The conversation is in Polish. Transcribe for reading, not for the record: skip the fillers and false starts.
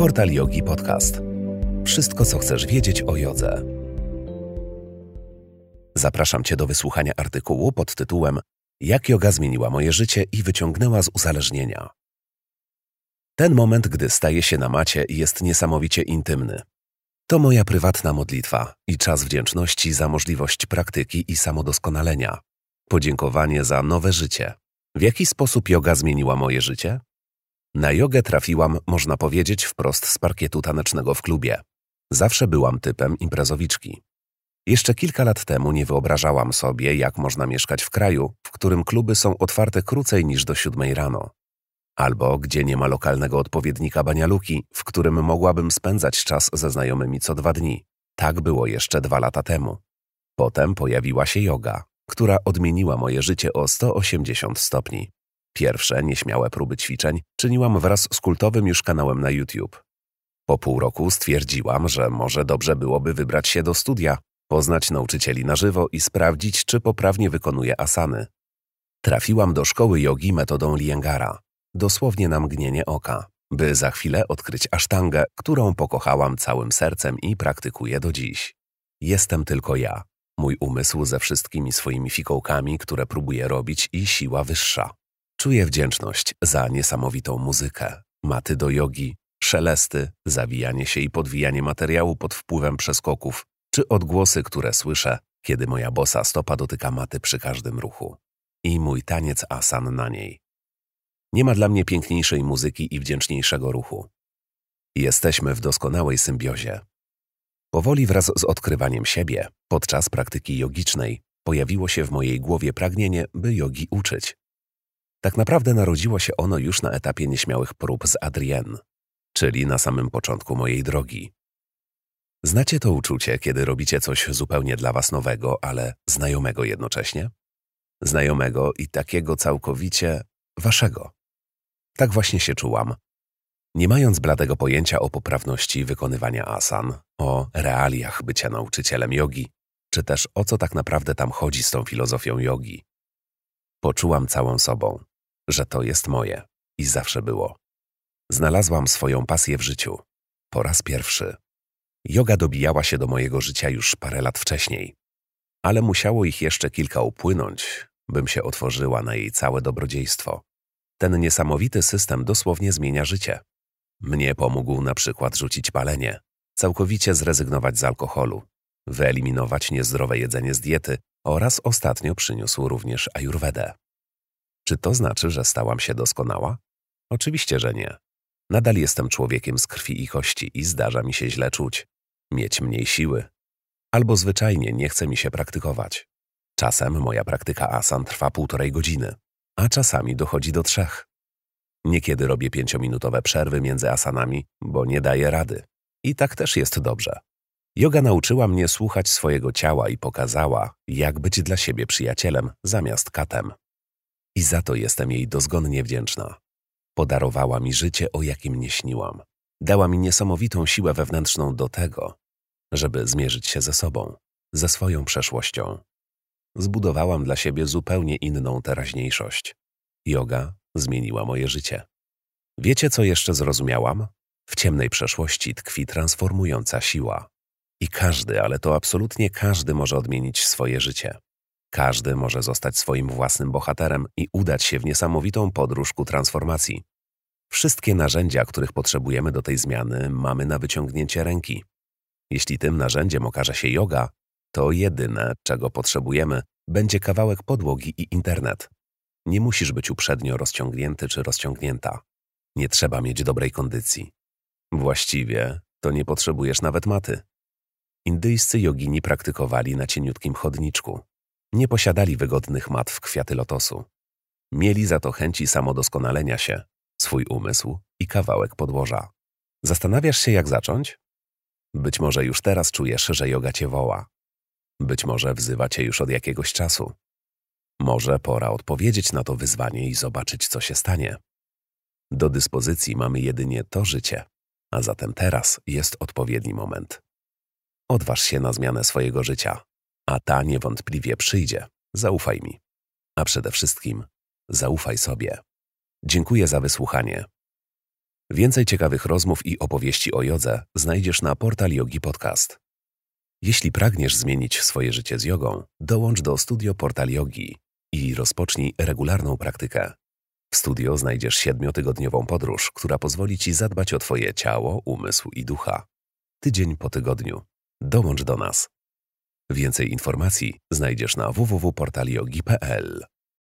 Portal Yogi Podcast. Wszystko, co chcesz wiedzieć o jodze. Zapraszam Cię do wysłuchania artykułu pod tytułem Jak joga zmieniła moje życie i wyciągnęła z uzależnienia. Ten moment, gdy staję się na macie, jest niesamowicie intymny. To moja prywatna modlitwa i czas wdzięczności za możliwość praktyki i samodoskonalenia. Podziękowanie za nowe życie. W jaki sposób joga zmieniła moje życie? Na jogę trafiłam, można powiedzieć, wprost z parkietu tanecznego w klubie. Zawsze byłam typem imprezowiczki. Jeszcze kilka lat temu nie wyobrażałam sobie, jak można mieszkać w kraju, w którym kluby są otwarte krócej niż do 7 rano. Albo gdzie nie ma lokalnego odpowiednika banialuki, w którym mogłabym spędzać czas ze znajomymi co 2 dni. Tak było jeszcze 2 lata temu. Potem pojawiła się joga, która odmieniła moje życie o 180 stopni. Pierwsze nieśmiałe próby ćwiczeń czyniłam wraz z kultowym już kanałem na YouTube. Po pół roku stwierdziłam, że może dobrze byłoby wybrać się do studia, poznać nauczycieli na żywo i sprawdzić, czy poprawnie wykonuję asany. Trafiłam do szkoły jogi metodą Iyengara, dosłownie na mgnienie oka, by za chwilę odkryć asztangę, którą pokochałam całym sercem i praktykuję do dziś. Jestem tylko ja, mój umysł ze wszystkimi swoimi fikołkami, które próbuję robić i siła wyższa. Czuję wdzięczność za niesamowitą muzykę, maty do jogi, szelesty, zawijanie się i podwijanie materiału pod wpływem przeskoków, czy odgłosy, które słyszę, kiedy moja bosa stopa dotyka maty przy każdym ruchu. I mój taniec asan na niej. Nie ma dla mnie piękniejszej muzyki i wdzięczniejszego ruchu. Jesteśmy w doskonałej symbiozie. Powoli wraz z odkrywaniem siebie, podczas praktyki jogicznej, pojawiło się w mojej głowie pragnienie, by jogi uczyć. Tak naprawdę narodziło się ono już na etapie nieśmiałych prób z Adrienne, czyli na samym początku mojej drogi. Znacie to uczucie, kiedy robicie coś zupełnie dla was nowego, ale znajomego jednocześnie? Znajomego i takiego całkowicie waszego. Tak właśnie się czułam. Nie mając bladego pojęcia o poprawności wykonywania asan, o realiach bycia nauczycielem jogi, czy też o co tak naprawdę tam chodzi z tą filozofią jogi. Poczułam całą sobą, że to jest moje i zawsze było. Znalazłam swoją pasję w życiu. Po raz pierwszy. Joga dobijała się do mojego życia już parę lat wcześniej, ale musiało ich jeszcze kilka upłynąć, bym się otworzyła na jej całe dobrodziejstwo. Ten niesamowity system dosłownie zmienia życie. Mnie pomógł na przykład rzucić palenie, całkowicie zrezygnować z alkoholu, wyeliminować niezdrowe jedzenie z diety oraz ostatnio przyniósł również ajurwedę. Czy to znaczy, że stałam się doskonała? Oczywiście, że nie. Nadal jestem człowiekiem z krwi i kości i zdarza mi się źle czuć, mieć mniej siły, albo zwyczajnie nie chce mi się praktykować. Czasem moja praktyka asan trwa 1,5 godziny, a czasami dochodzi do 3. Niekiedy robię 5-minutowe przerwy między asanami, bo nie daję rady. I tak też jest dobrze. Joga nauczyła mnie słuchać swojego ciała i pokazała, jak być dla siebie przyjacielem zamiast katem. I za to jestem jej dozgonnie wdzięczna. Podarowała mi życie, o jakim nie śniłam. Dała mi niesamowitą siłę wewnętrzną do tego, żeby zmierzyć się ze sobą, ze swoją przeszłością. Zbudowałam dla siebie zupełnie inną teraźniejszość. Joga zmieniła moje życie. Wiecie, co jeszcze zrozumiałam? W ciemnej przeszłości tkwi transformująca siła. I każdy, ale to absolutnie każdy może odmienić swoje życie. Każdy może zostać swoim własnym bohaterem i udać się w niesamowitą podróż ku transformacji. Wszystkie narzędzia, których potrzebujemy do tej zmiany, mamy na wyciągnięcie ręki. Jeśli tym narzędziem okaże się joga, to jedyne, czego potrzebujemy, będzie kawałek podłogi i internet. Nie musisz być uprzednio rozciągnięty czy rozciągnięta. Nie trzeba mieć dobrej kondycji. Właściwie to nie potrzebujesz nawet maty. Indyjscy jogini praktykowali na cieniutkim chodniczku. Nie posiadali wygodnych mat w kwiaty lotosu. Mieli za to chęci samodoskonalenia się, swój umysł i kawałek podłoża. Zastanawiasz się, jak zacząć? Być może już teraz czujesz, że joga cię woła. Być może wzywa cię już od jakiegoś czasu. Może pora odpowiedzieć na to wyzwanie i zobaczyć, co się stanie. Do dyspozycji mamy jedynie to życie, a zatem teraz jest odpowiedni moment. Odważ się na zmianę swojego życia, a ta niewątpliwie przyjdzie. Zaufaj mi. A przede wszystkim zaufaj sobie. Dziękuję za wysłuchanie. Więcej ciekawych rozmów i opowieści o jodze znajdziesz na Portal Yogi Podcast. Jeśli pragniesz zmienić swoje życie z jogą, dołącz do Studio Portal Yogi i rozpocznij regularną praktykę. W studio znajdziesz 7-tygodniową podróż, która pozwoli Ci zadbać o Twoje ciało, umysł i ducha. Tydzień po tygodniu. Dołącz do nas. Więcej informacji znajdziesz na www.portalyogi.pl.